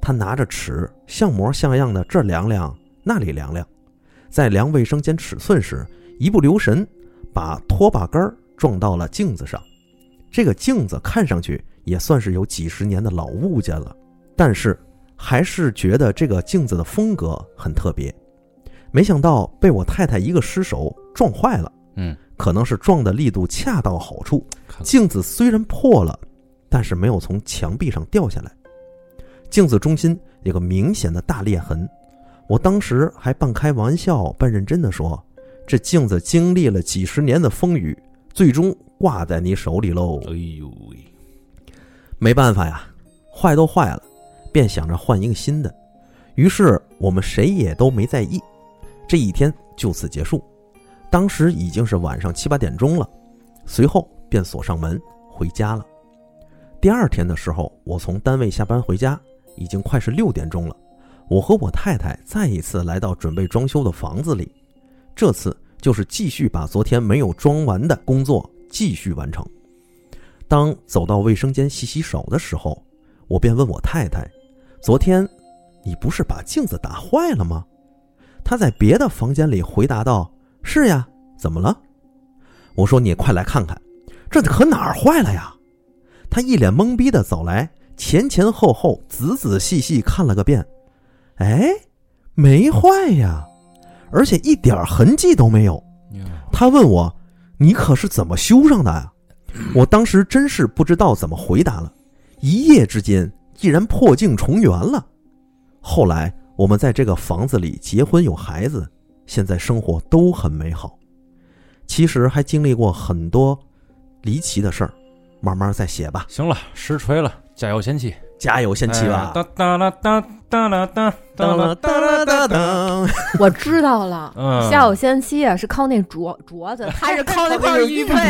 他拿着尺，像模像样的这量量那里量量，在量卫生间尺寸时，一不留神把拖把杆撞到了镜子上。这个镜子看上去也算是有几十年的老物件了，但是还是觉得这个镜子的风格很特别。没想到被我太太一个失手撞坏了，可能是撞的力度恰到好处，镜子虽然破了，但是没有从墙壁上掉下来。镜子中心有个明显的大裂痕，我当时还半开玩笑半认真地说，这镜子经历了几十年的风雨，最终挂在你手里喽。 哎呦喂， 没办法呀，坏都坏了，便想着换一个新的。于是我们谁也都没在意，这一天就此结束。当时已经是晚上7、8点钟了，随后便锁上门回家了。第二天的时候，我从单位下班回家，已经快是6点钟了。我和我太太再一次来到准备装修的房子里，这次就是继续把昨天没有装完的工作继续完成。当走到卫生间洗洗手的时候，我便问我太太，昨天你不是把镜子打坏了吗？她在别的房间里回答道，是呀，怎么了？我说你也快来看看，这可哪儿坏了呀？她一脸懵逼地走来，前前后后仔仔细细看了个遍，哎，没坏呀，而且一点痕迹都没有。她问我，你可是怎么修上的呀？我当时真是不知道怎么回答了，一夜之间竟然破镜重圆了。后来我们在这个房子里结婚有孩子，现在生活都很美好。其实还经历过很多离奇的事儿，慢慢再写吧。 行了，实锤了，加油仙气， 加油仙气吧！ 哒哒啦哒哒啦哒哒啦哒啦哒哒。 我知道了，下有仙妻啊，是靠那镯子，他是靠那块玉佩。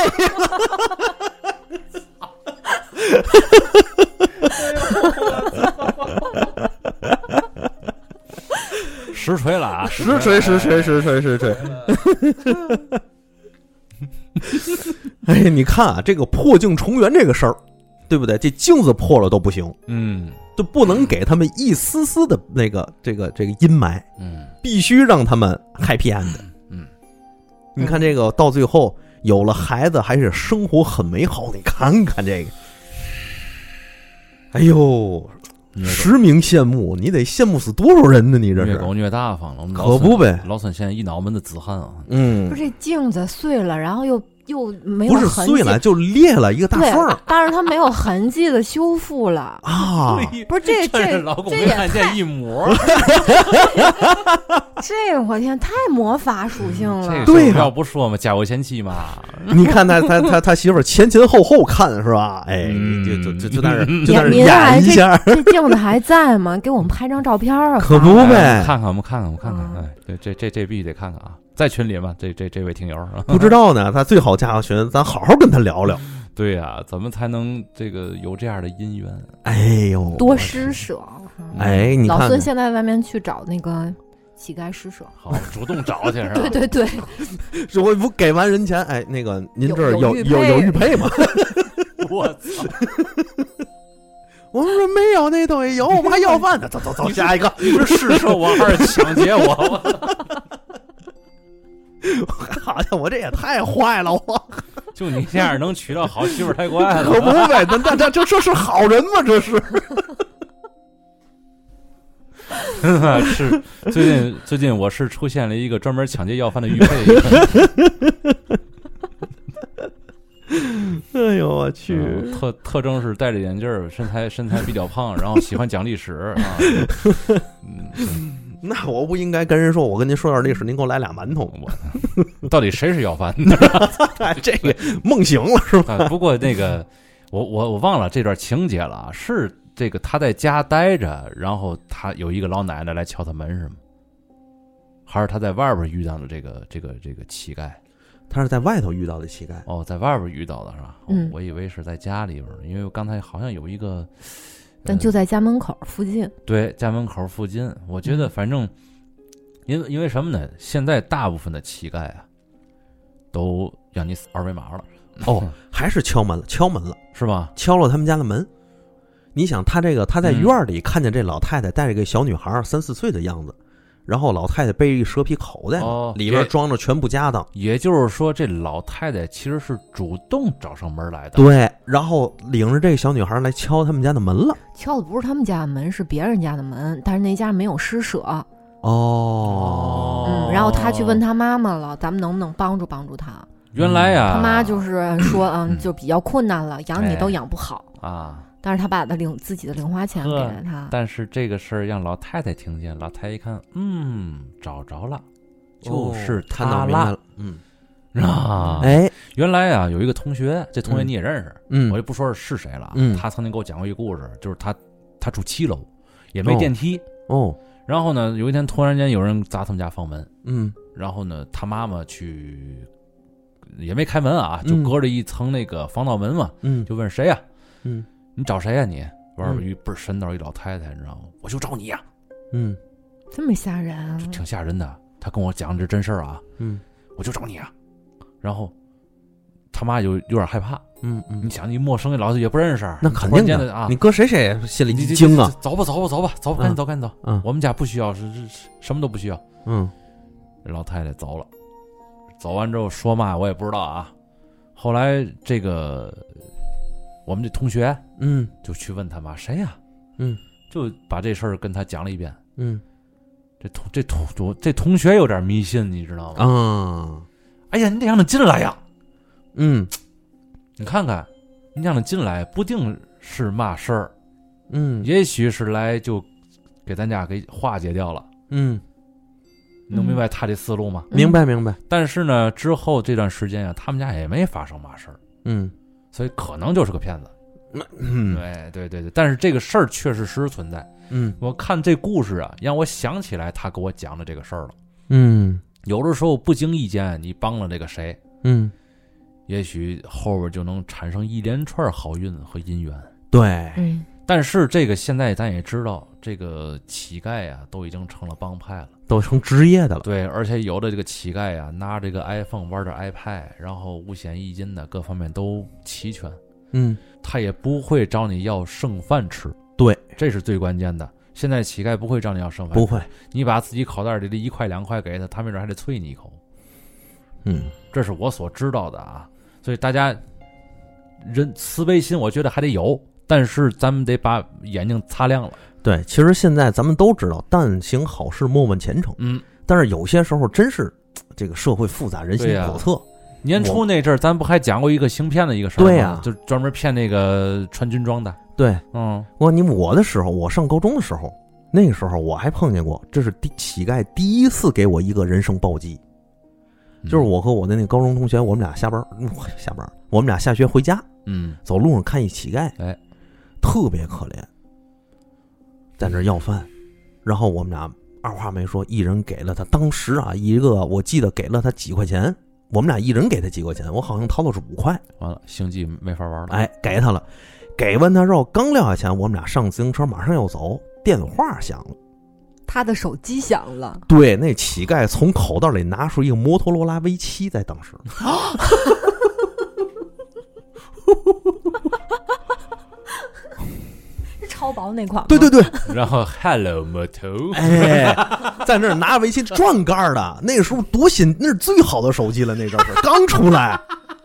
实锤了啊！ 实锤！哎，你看啊，这个破镜重圆这个事儿，对不对？这镜子破了都不行，都不能给他们一丝丝的那个这个阴霾，必须让他们 happy end。你看这个到最后有了孩子，还是生活很美好。你看看这个，哎呦！实名羡慕，你得羡慕死多少人呢？你这是越狗越大方了， 可不呗？ 老孙现在一脑门的子汗啊！ 不是这镜子碎了，然后又没有痕迹， 不是碎了，就裂了一个大缝， 但是它没有痕迹的修复了啊！ 不是这老狗没看见一模， 这我天，太魔法属性了。 对， 要不说嘛，家有仙妻嘛。 你看他媳妇儿前前后后看是吧？哎，就在那演一下。 这镜子还在吗？给我们拍张照片啊！ 可不呗， 看看，我们看看。哎，这必须得看看啊！在群里嘛，这位听友不知道呢，他最好加个群，咱好好跟他聊聊。 对呀，怎么才能这个有这样的姻缘？ 哎呦， 多施舍！ 哎，你看老孙现在外面去找那个乞丐施舍， 好，主动找去是吧？ 对， 我不给完人钱，哎，那个您这儿有玉佩吗？ 我操！ 我们说没有那东西，有我们还要饭呢。走，下一个。 你是施舍我还是抢劫我？ 好家伙，这也太坏了！我就你这样能娶到好媳妇太怪了。 可不呗，那这是好人吗？这是。 是最近我是出现了一个专门抢劫要饭的玉佩。 哎呦我去！ 特征是戴着眼镜，身材比较胖，然后喜欢讲历史啊。 那我不应该跟人说，我跟您说点历史，您给我来俩馒头。 到底谁是要饭？ 这个梦醒了是吧？ 不过那个我忘了这段情节了，是这个他在家待着，然后他有一个老奶奶来敲他门是吗？还是他在外边遇到的这个乞丐？ 他是在外头遇到的乞丐。 哦，在外边遇到的是吧？我以为是在家里边，因为我刚才好像有一个。 但就在家门口附近。 对，家门口附近，我觉得反正，因为什么呢？现在大部分的乞丐啊，都让你扫二维码了。 哦，还是敲门了，是吧？敲了他们家的门。 你想他在院里看见这老太太带着个小女孩3、4岁的样子，然后老太太背一蛇皮口袋，里边装着全部家当。 也就是说，这老太太其实是主动找上门来的。 对，然后领着这个小女孩来敲他们家的门了。 敲的不是他们家的门，是别人家的门，但是那家没有施舍。然后他去问他妈妈了，咱们能不能帮助帮助他？ 原来呀， 他妈就是说，就比较困难了，养你都养不好啊。 但是他把自己的零花钱给了他。 但是这个事儿让老太太听见，老太太一看，找着了，就是他了。 原来啊，有一个同学，这同学你也认识，我就不说是谁了。他曾经给我讲过一个故事，就是他住7楼，也没电梯。然后呢，有一天突然间有人砸他们家房门，然后呢，他妈妈去也没开门啊，就隔着一层那个防盗门嘛，就问谁呀？你找谁呀？你外边一倍儿神道一老太太，你知道吗？我就找你呀。 这么吓人啊？ 挺吓人的。他跟我讲这真事儿啊。我就找你啊。然后他妈有点害怕。你想你陌生的老师也不认识， 那肯定的啊。 你搁谁心里惊啊？ 走吧，赶紧走。我们家不需要，是什么都不需要。老太太走了，走完之后说嘛我也不知道啊。后来这个我们这同学就去问他妈谁呀？就把这事儿跟他讲了一遍。这同学有点迷信，你知道吗？哎呀，你得让他进来呀。你看看，你让他进来，不定是嘛事儿。也许是来就给咱家给化解掉了。能明白他的思路吗？ 明白。 但是呢，之后这段时间啊，他们家也没发生嘛事儿。所以可能就是个骗子。对。但是这个事儿确实存在。我看这故事啊，让我想起来他给我讲的这个事儿了。有的时候不经意间你帮了这个谁，也许后边就能产生一连串好运和姻缘。 对。 但是这个现在咱也知道，这个乞丐啊都已经成了帮派了， 都成职业的了。 对，而且有的这个乞丐啊，拿这个 iPhone 玩着 iPad， 然后五险一金的各方面都齐全。他也不会找你要剩饭吃。 对， 这是最关键的。现在乞丐不会找你要剩饭吃， 不会。你把自己口袋里的1块2块给他，他没准还得啐你一口。这是我所知道的啊。所以大家慈悲心，我觉得还得有。但是咱们得把眼睛擦亮了。 对，其实现在咱们都知道，但行好事，莫问前程。但是有些时候真是这个社会复杂，人心叵测。 年初那阵儿，咱不还讲过一个行骗的一个事儿吗？ 对呀， 就专门骗那个穿军装的。 对，我的时候，我上高中的时候，那个时候我还碰见过，这是乞丐第一次给我一个人生暴击。就是我和我的那高中同学，我们俩我们俩下学回家，走路上看一乞丐，特别可怜，在那要饭，然后我们俩二话没说，一人给了他，当时啊，我记得给了他几块钱，我们俩一人给他几块钱，我好像掏的是5块， 完了，星际没法玩了， 给他了，给完他之后刚撂下钱，我们俩上自行车马上要走，电话响了。 他的手机响了， 对，那乞丐从口袋里拿出一个摩托罗拉 V7，在当时， 是超薄那款吗？ 对， 然后 Hello 摩托， 在那儿拿 V7 转杆的，那个时候多新，那是最好的手机了，那阵是刚出来，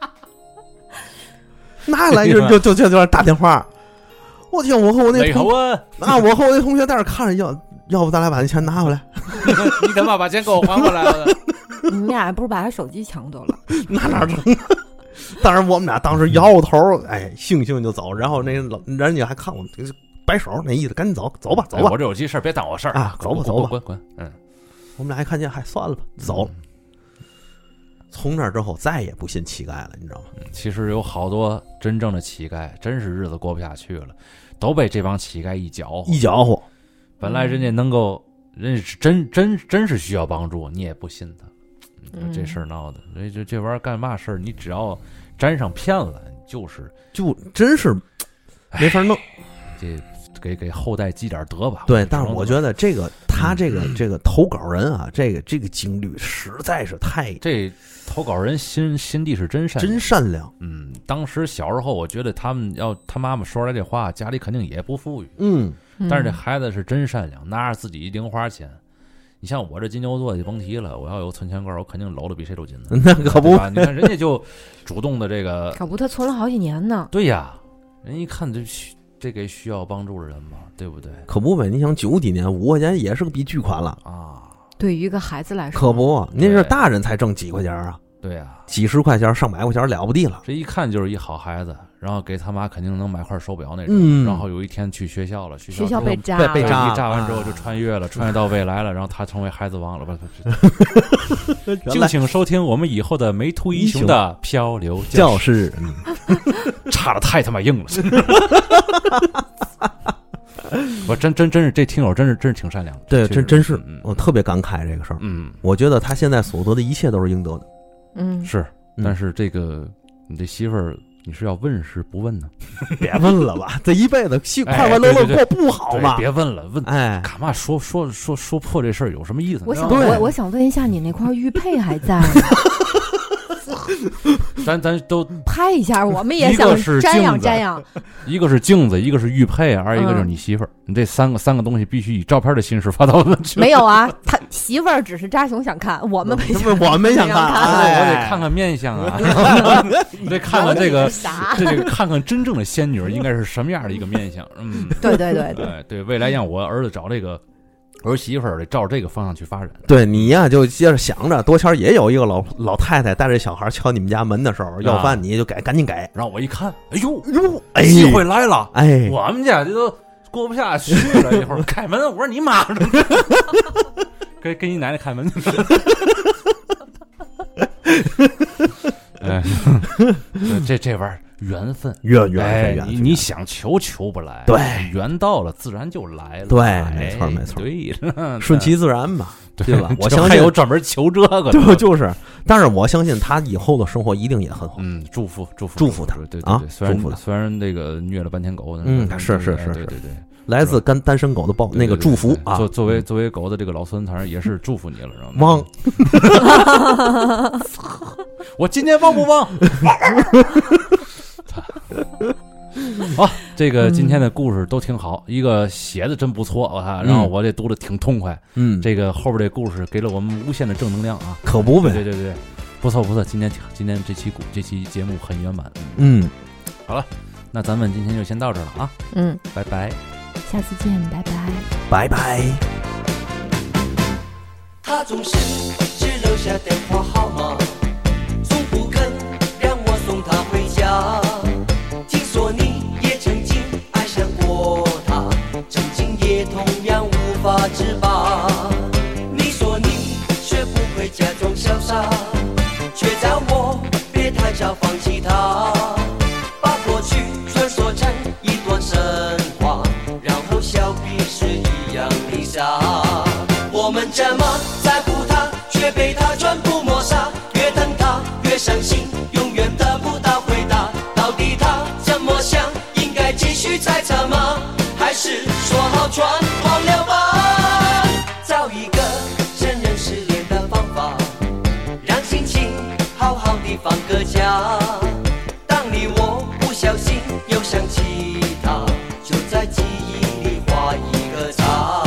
拿来就打电话。我天！我和我那同学在那看着，要不咱俩把那钱拿回来？ 你他妈把钱给我还回来了！ 你们俩不是把他手机抢走了？ 哪成？当然，我们俩当时摇头，悻悻就走。然后那人家还看我摆手，那意思赶紧走吧。 我这有急事，别耽误我事儿啊！走吧， 滚！ 我们俩一看见，算了吧，走了。从那之后再也不信乞丐了，你知道吗？ 其实有好多真正的乞丐，真是日子过不下去了，都被这帮乞丐一搅和。本来人家能够，人家真是需要帮助，你也不信他。这事儿闹的，这玩意儿干嘛事儿？你只要沾上骗了，就真是没法弄。这给后代积点德吧。 对，但是我觉得他这个投稿人啊，这个经历实在是太， 这投稿人心地是真善良。当时小时候我觉得他妈妈说出来这话，家里肯定也不富裕。但是这孩子是真善良，拿着自己零花钱。你像我这金牛座就甭提了，我要有存钱罐，我肯定搂的比谁都紧的。 那可不， 你看人家就主动的这个， 可不，他存了好几年呢。 对呀，人一看这给需要帮助的人嘛，对不对？ 可不呗，你想90几年5块钱也是个笔巨款了啊。 对于一个孩子来说， 可不，您是大人才挣几块钱啊？ 对呀， 几十块钱、上百块钱了不地了。 这一看就是一好孩子，然后给他妈肯定能买块手表那种。然后有一天去学校了，学校被炸了， 被炸完之后就穿越到未来了，然后他成为孩子王了。不，敬请收听我们以后的梅图一雄的漂流教室。差的太他妈硬了。我真是这听友真是挺善良的。 对，真是，我特别感慨这个事儿。我觉得他现在所得的一切都是应得的。 是，但是这个你这媳妇儿，你是要问是不问呢？ 别问了吧，这一辈子快快乐乐过不好吗？ 别问了，问干嘛说破这事儿有什么意思？ 我想问一下，你那块玉佩还在吗？ 咱都拍一下，我们也想瞻仰。 一个是镜子，一个是玉佩，一个就是你媳妇儿。你这三个东西必须以照片的形式发到我们群。 没有啊，他媳妇儿只是扎熊想看，我们没想看。 我得看看面相啊，你得看看这个看看真正的仙女应该是什么样的一个面相。对，未来让我儿子找这个儿媳妇儿得照着这个方向去发展。 对你呀，就接着想着，多前也有一个老太太带着小孩敲你们家门的时候要饭，你就赶紧给。 然后我一看，哎呦，机会来了！我们家这都过不下去了。一会儿开门，我说你妈的，给你奶奶开门。这玩意儿缘分， 缘你想求不来， 对， 缘到了自然就来了， 对，没错， 对， 顺其自然吧，对吧？我相信还有专门求这个， 就是，但是我相信他以后的生活一定也很好， 祝福他，对啊， 虽然这个虐了半天狗， 是， 对， 来自单身狗的那个祝福啊， 作为狗的这个老孙，反正也是祝福你了，知道吗？ 汪， 我今天汪不汪？好，这个今天的故事都挺好，一个写的真不错，我看，然后我这读的挺痛快，这个后边这故事给了我们无限的正能量啊， 可不呗， 对，不错，今天这期节目很圆满，好了，那咱们今天就先到这儿了啊，拜拜， 下次见，拜拜， 拜拜。 他总是只留下电话号码，从不肯让我送他回家。听说你也曾经爱上过他，曾经也同样无法自拔。你说你学不会假装潇洒，却叫我别太早放弃他，把过去传说成一段神话，然后笑彼是一样的傻。我们这么在乎他，却被他全部抹杀，越等他越伤心，永远得不到回答。到底他怎么想？应该继续猜测吗？还是说好全忘了吧？找一个承认失恋的方法，让心情好好地放个假。当你我不小心又想起他，就在记忆里画一个叉。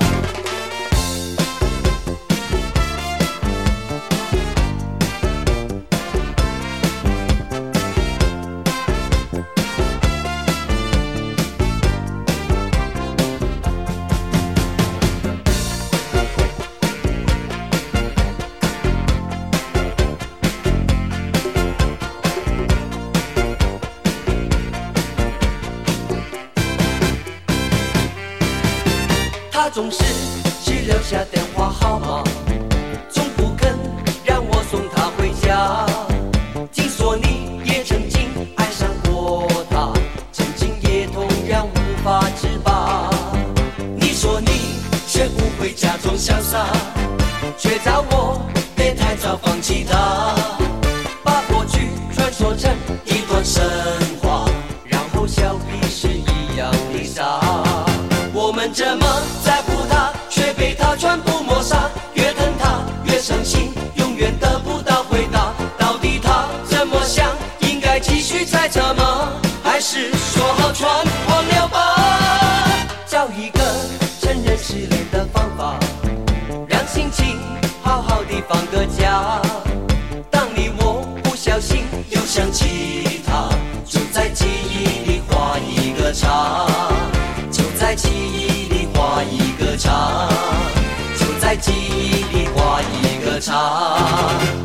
他总是只留下电话号码，从不肯让我送他回家。听说你也曾经爱上过他，曾经也同样无法自拔。你说你学不会假装潇洒，却叫我别太早放弃他，把过去传说成一段神话，然后笑彼是一样的傻。 什么？还是说好船忘了吧？找一个承认失恋的方法，让心情好好地放个假。当你我不小心又想起他，就在记忆里画一个叉，就在记忆里画一个叉，就在记忆里画一个叉。